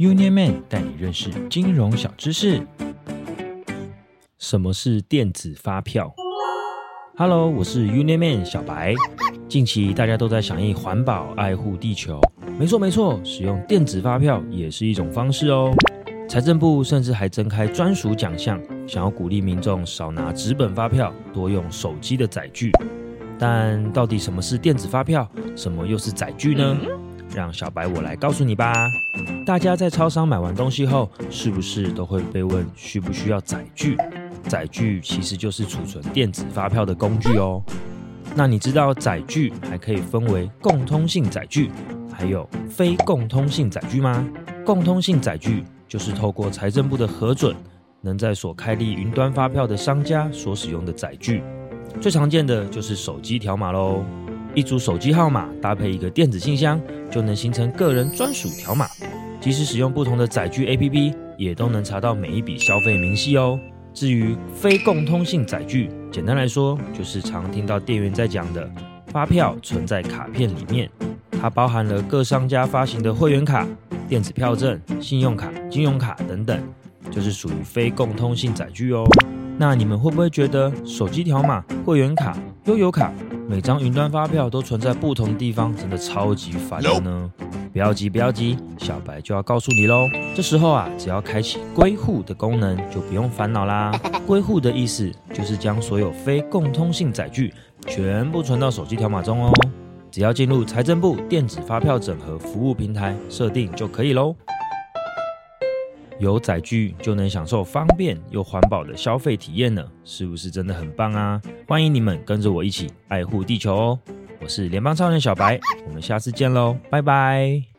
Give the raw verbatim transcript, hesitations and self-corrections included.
Union Man 带你认识金融小知识。什么是电子发票 ？Hello， 我是 Union Man 小白。近期大家都在响应环保、爱护地球，没错没错，使用电子发票也是一种方式哦。财政部甚至还增开专属奖项，想要鼓励民众少拿纸本发票，多用手机的载具。但到底什么是电子发票，什么又是载具呢？让小白我来告诉你吧。大家在超商买完东西后，是不是都会被问需不需要载具？载具其实就是储存电子发票的工具哦。那你知道载具还可以分为共通性载具，还有非共通性载具吗？共通性载具就是透过财政部的核准，能在所开立云端发票的商家所使用的载具。最常见的就是手机条码咯，一组手机号码搭配一个电子信箱，就能形成个人专属条码。即使使用不同的载具 A P P， 也都能查到每一笔消费明细哦。至于非共通性载具，简单来说，就是常听到店员在讲的发票存在卡片里面，它包含了各商家发行的会员卡、电子票证、信用卡、金融卡等等，就是属于非共通性载具哦。那你们会不会觉得手机条码、会员卡、悠游卡，每张云端发票都存在不同地方，真的超级烦的呢？不要急，不要急，小白就要告诉你咯。这时候啊，只要开启归户的功能，就不用烦恼啦。归户的意思就是将所有非共通性载具全部存到手机条码中哦。只要进入财政部电子发票整合服务平台设定就可以咯。有载具就能享受方便又环保的消费体验呢，是不是真的很棒啊？欢迎你们跟着我一起爱护地球哦！我是联邦超人小白，我们下次见喽，拜拜。